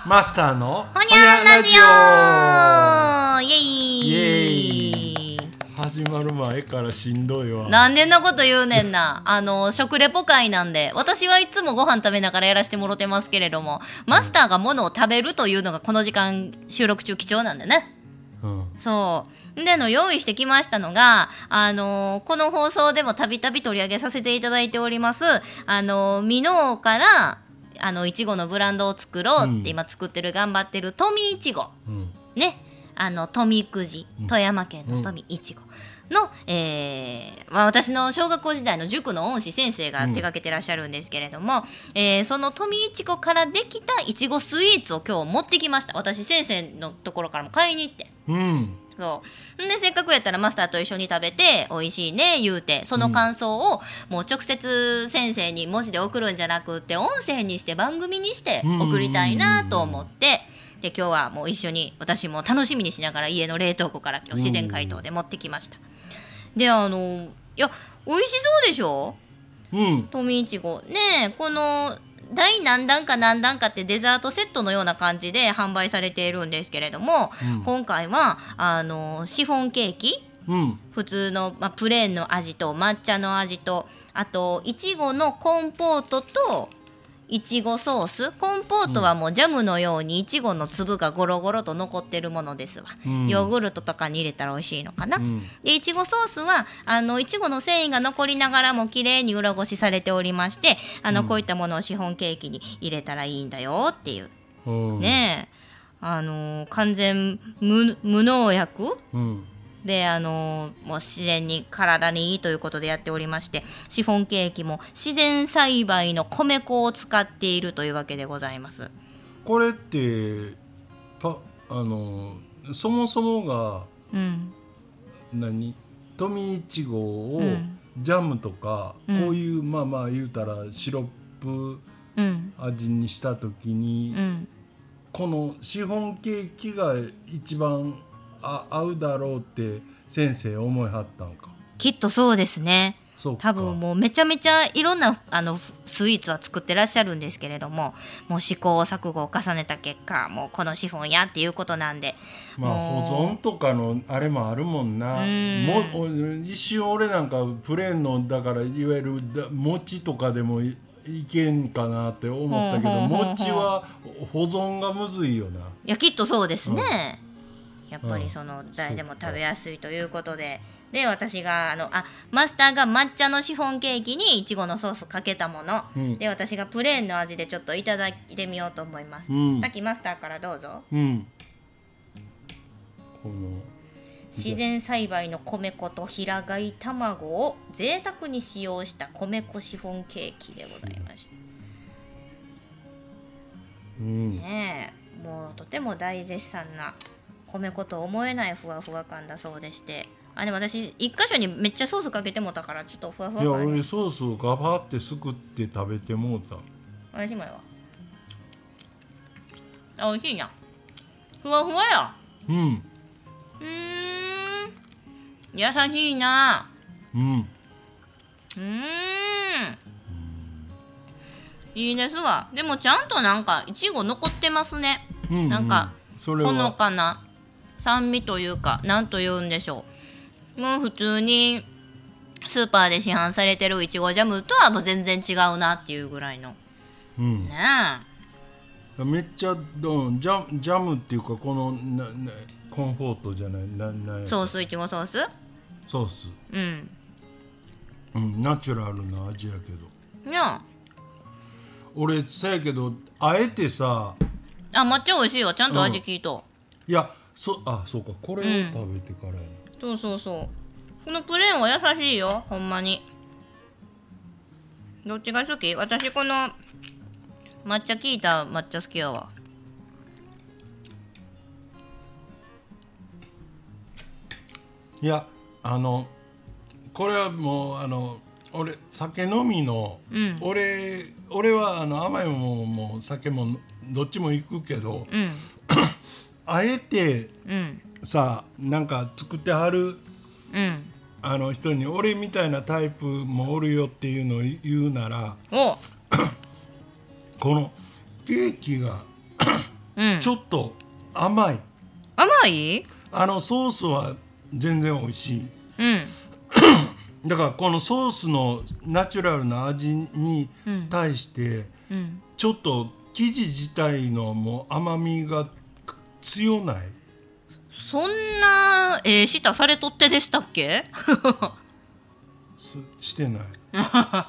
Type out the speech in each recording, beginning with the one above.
マスターのほにゃんラジオイエイイエイ。始まる前からしんどいわ。 なんでんなこと言うねんな食レポ会なんで、私はいつもご飯食べながらやらせてもろてますけれども、マスターが物を食べるというのがこの時間収録中貴重なんでね、そうで用意してきましたのが、この放送でもたびたび取り上げさせていただいておりますミノーからいちごのブランドを作ろうって今作ってる、頑張ってる富いちご、ね、富くじ、富山県の富いちごの、私の小学校時代の塾の恩師先生が手掛けてらっしゃるんですけれども、その富いちごからできたいちごスイーツを今日持ってきました。私先生のところからも買いに行って、そうでせっかくやったらマスターと一緒に食べて美味しいね言うて、その感想をもう直接先生に文字で送るんじゃなくって音声にして番組にして送りたいなと思って、で今日はもう一緒に私も楽しみにしながら家の冷凍庫から今日自然解凍で持ってきました。でいや美味しそうでしょ、富いちごね。この第何弾か何弾かってデザートセットのような感じで販売されているんですけれども、今回はシフォンケーキ、普通の、プレーンの味と抹茶の味と、あといちごのコンポートといちごソース。コンポートはもうジャムのようにいちごの粒がゴロゴロと残ってるものですわ、ヨーグルトとかに入れたら美味しいのかな、でいちごソースはいちごの繊維が残りながらも綺麗に裏ごしされておりまして、こういったものをシフォンケーキに入れたらいいんだよっていう、ねえ完全無農薬、でもう自然に体にいいということでやっておりまして、シフォンケーキも自然栽培の米粉を使っているというわけでございます。 これってそもそもが、富いちごをジャムとか、こういう言うたらシロップ味にした時に、このシフォンケーキが一番合うだろうって先生思いはったんか。 きっとそうですね。多分もうめちゃめちゃいろんなスイーツは作ってらっしゃるんですけれども、もう試行錯誤を重ねた結果、もうこのシフォンやっていうことなんで、 保存とかのあれもあるもんな。一瞬俺なんかプレーンのだからいわゆる餅とかでもいけんかなって思ったけど、餅は保存がむずいよな。 いやきっとそうですね、やっぱり誰でも食べやすいということで、私がマスターが抹茶のシフォンケーキにいちごのソースかけたもの、で私がプレーンの味でちょっといただいてみようと思います、さっきマスターからどうぞ。この自然栽培の米粉と平飼い卵を贅沢に使用した米粉シフォンケーキでございました、ねえ、もうとても大絶賛な米粉と思えないふわふわ感だそうでして、でも私一箇所にめっちゃソースかけてもたからちょっとふわふわ感。 いや俺ソースをガバってすくって食べてもうた。 私もやわ。美味しいな、ふわふわや。優しいな。いいですわ。でもちゃんとなんかいちご残ってますね、なんかほのかな酸味というか、なんというんでしょう、もう普通にスーパーで市販されてるいちごジャムとはもう全然違うなっていうぐらいの、ねえ、めっちゃジャムっていうか、このコンフォートじゃないソース、いちごソース、 ナチュラルな味やけど、 いや俺さやけどあえてさ、 抹茶美味しいわ、ちゃんと味聞いと、 いやそうか、これを食べてからや、 そうこのプレーンは優しいよ、ほんまに。どっちが好き？私この抹茶効いた抹茶好きやわ。 いやこれはもう俺酒飲みの、俺は甘いものも酒もどっちも行くけど、あえて、さなんか作ってはる、人に俺みたいなタイプもおるよっていうのを言うならこのケーキがちょっと甘い。 甘い？ ソースは全然美味しい。だからこのソースのナチュラルな味に対して、ちょっと生地自体のもう甘みが強ない。 そんな舌されとってでしたっけ？ してない。 私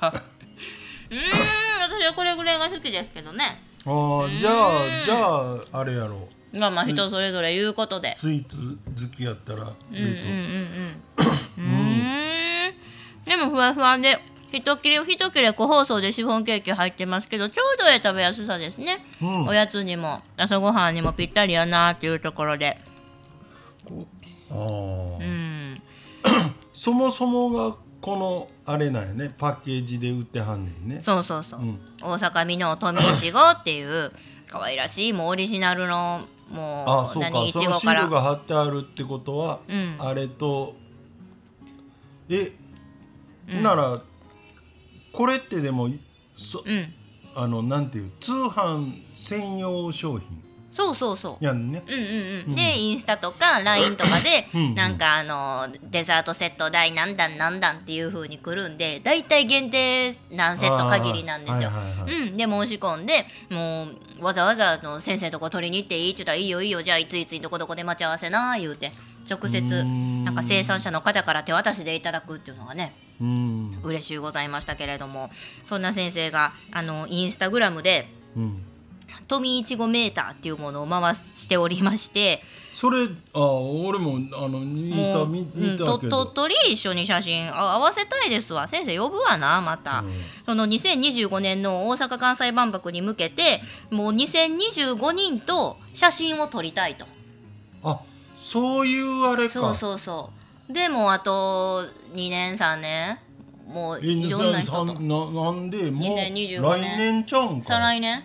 はこれぐらいが好きですけどね。 じゃああれやろう。 まあ人それぞれいうことで。 スイーツ好きやったらでもふわふわで一切れ個包装でシフォンケーキ入ってますけど、ちょうどいい食べやすさですね。おやつにも朝ごはんにもぴったりやなっていうところで。 そもそもがこのあれなんやね、パッケージで売ってはんねんね。 そう、大阪美濃富いちごっていう可愛らしいもうオリジナルのもう何いちごからそのシールが貼ってあるってことは、あれとならこれってでもなんていう通販専用商品。 そうやんね。 でインスタとか LINE とかでなんかデザートセット代何段っていう風に来るんで、だいたい限定何セット限りなんですよ。で申し込んで、もうわざわざ先生のとこ取りに行っていいって言ったら、いいよじゃあいつどこで待ち合わせな言うて、直接なんか生産者の方から手渡しでいただくっていうのがね、嬉しゅうございましたけれども、そんな先生がインスタグラムで、富いちごメーターっていうものを回しておりまして、 それ俺もインスタ見たけど、 鳥一緒に写真合わせたいですわ。先生呼ぶわなまた、その2025年の大阪・関西万博に向けて、もう2025人と写真を撮りたいと。 そういうあれか。 そうでもあと2年3年もういろんな人となんでもう 2025 来年ちゃうんか。 再来年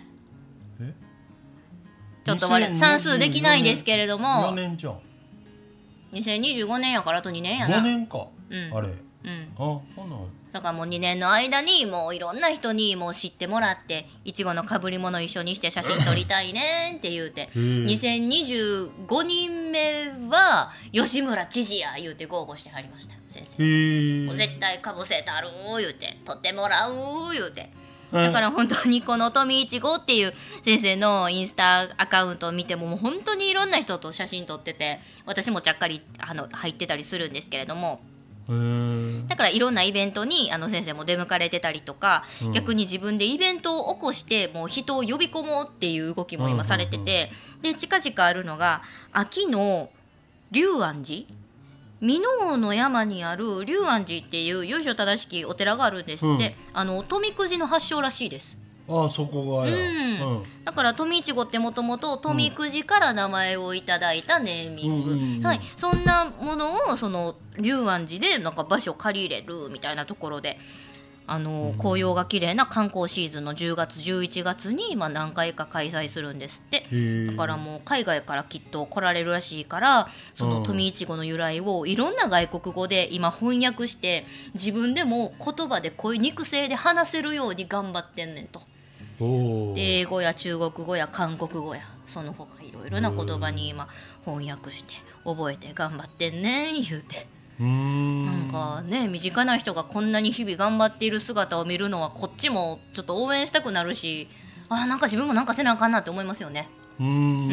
ちょっと算数できないですけれども、 4年じゃん。 2025年やからあと2年やな。 5年か、あれ。 だからもう2年の間にもういろんな人にもう知ってもらって、いちごのかぶり物一緒にして写真撮りたいねんって言うて、2025人目は吉村知事や言うて豪語してはりました先生。もう絶対かぶせたる言うて、撮ってもらう言うて。だから本当にこの富いちごっていう先生のインスタアカウントを見ても、もう本当にいろんな人と写真撮ってて、私もちゃっかり入ってたりするんですけれども、だからいろんなイベントに先生も出向かれてたりとか、逆に自分でイベントを起こしてもう人を呼び込もうっていう動きも今されてて、で近々あるのが秋の龍安寺、箕面の山にある龍安寺っていう由緒正しきお寺があるんですって、富くじの発祥らしいです。 そこがだから富いちごってもともと富くじから名前をいただいたネーミング、そんなものをその龍安寺でなんか場所を借りれるみたいなところで、紅葉が綺麗な観光シーズンの10月11月に何回か開催するんですって。だからもう海外からきっと来られるらしいから、その富いちごの由来をいろんな外国語で今翻訳して、自分でも言葉でこういう肉声で話せるように頑張ってんねんと。で英語や中国語や韓国語やその他いろいろな言葉に今翻訳して覚えて頑張ってんねん言うて。なんかね、身近な人がこんなに日々頑張っている姿を見るのはこっちもちょっと応援したくなるし、なんか自分もなんかせなあかんなって思いますよね。い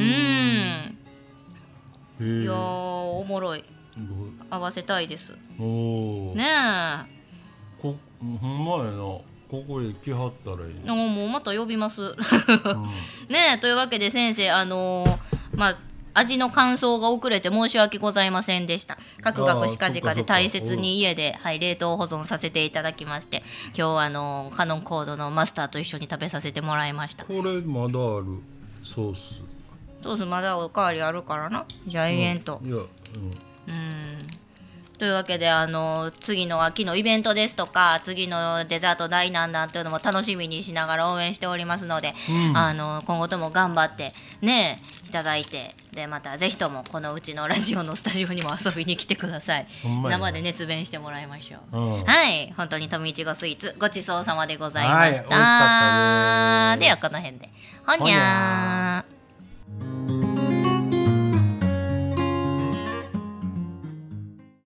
やおもろい、合わせたいですねえ。 ほんまやな、ここへ来はったらいい。 もうまた呼びますねえ。というわけで先生味の感想が遅れて申し訳ございませんでした。かくがくしかじかで大切に家で、冷凍保存させていただきまして、今日はカノンコードのマスターと一緒に食べさせてもらいました。 これまだあるソースまだおかわりあるからな。じゃあ永遠と。というわけで次の秋のイベントですとか、次のデザート大なんていうのも楽しみにしながら応援しておりますので、今後とも頑張ってねいただいて、でまたぜひともこのうちのラジオのスタジオにも遊びに来てください。生で熱弁してもらいましょう。本当に富いちごスイーツごちそうさまでございました。ではこの辺でほにゃー。